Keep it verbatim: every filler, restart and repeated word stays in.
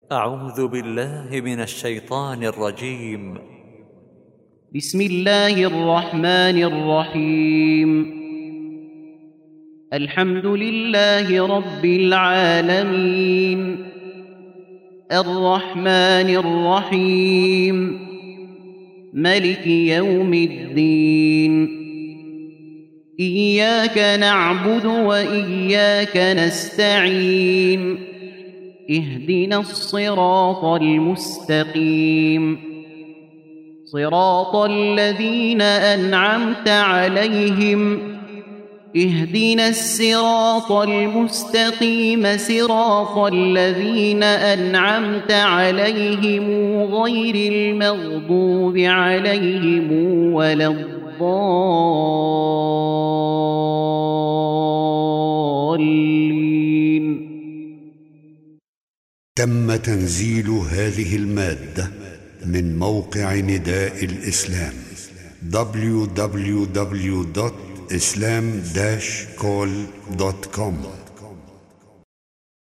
أعوذ بالله من الشيطان الرجيم. بسم الله الرحمن الرحيم. الحمد لله رب العالمين، الرحمن الرحيم، ملك يوم الدين. إياك نعبد وإياك نستعين، اهدنا الصراط المستقيم، صراط الذين أنعمت عليهم، اهدنا الصراط المستقيم، صراط الذين أنعمت عليهم غير المغضوب عليهم ولا الضالين. تم تنزيل هذه المادة من موقع نداء الإسلام دبليو دبليو دبليو دوت إسلام داش كول دوت كوم.